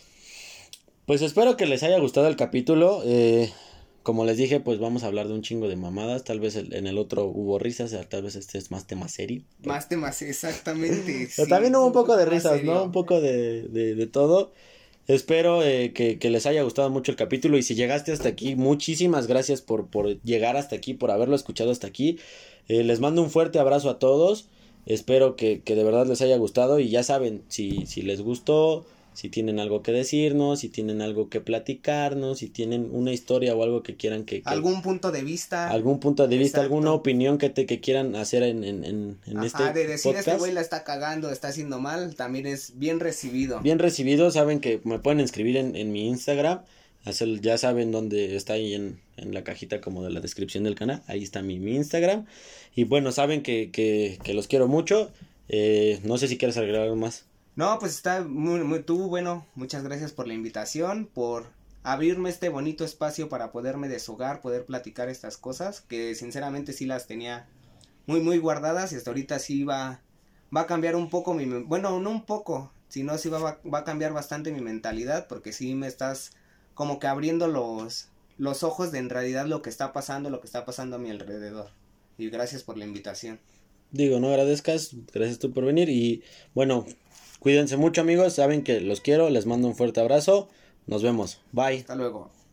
pues espero que les haya gustado el capítulo. Como les dije, pues vamos a hablar de un chingo de mamadas. Tal vez en el otro hubo risas, tal vez este es más tema serio. Más temas, exactamente. Pero Sí, también es hubo un un poco poco de más risas, ¿no? Un serio. poco de todo. Espero que les haya gustado mucho el capítulo y si llegaste hasta aquí, muchísimas gracias por llegar hasta aquí, por haberlo escuchado hasta aquí. Les mando un fuerte abrazo a todos. Espero que de verdad les haya gustado y ya saben, si les gustó, si tienen algo que decirnos, si tienen algo que platicarnos, si tienen una historia o algo que quieran Algún punto de vista. algún punto de vista, alguna Exacto. opinión que quieran hacer en Ajá, este de decir este podcast. güey la está cagando, está haciendo mal, también es bien recibido. Bien recibido, saben que me pueden escribir en mi Instagram. Ya saben dónde está ahí en la cajita como de la descripción del canal. Ahí está mi Instagram. Y bueno, saben que los quiero mucho. No sé si quieres agregar algo más. No, pues está tú, bueno, muchas gracias por la invitación, por abrirme este bonito espacio para poderme deshogar, poder platicar estas cosas, que sinceramente sí las tenía muy, muy guardadas y hasta ahorita sí va a cambiar un poco bueno, no un poco, sino sí va a cambiar bastante mi mentalidad, porque sí me estás como que abriendo los ojos de en realidad lo que está pasando a mi alrededor. Y gracias por la invitación. Digo, no agradezcas. Gracias tú por venir. Y bueno, cuídense mucho amigos. Saben que los quiero. Les mando un fuerte abrazo. Nos vemos. Bye. Hasta luego.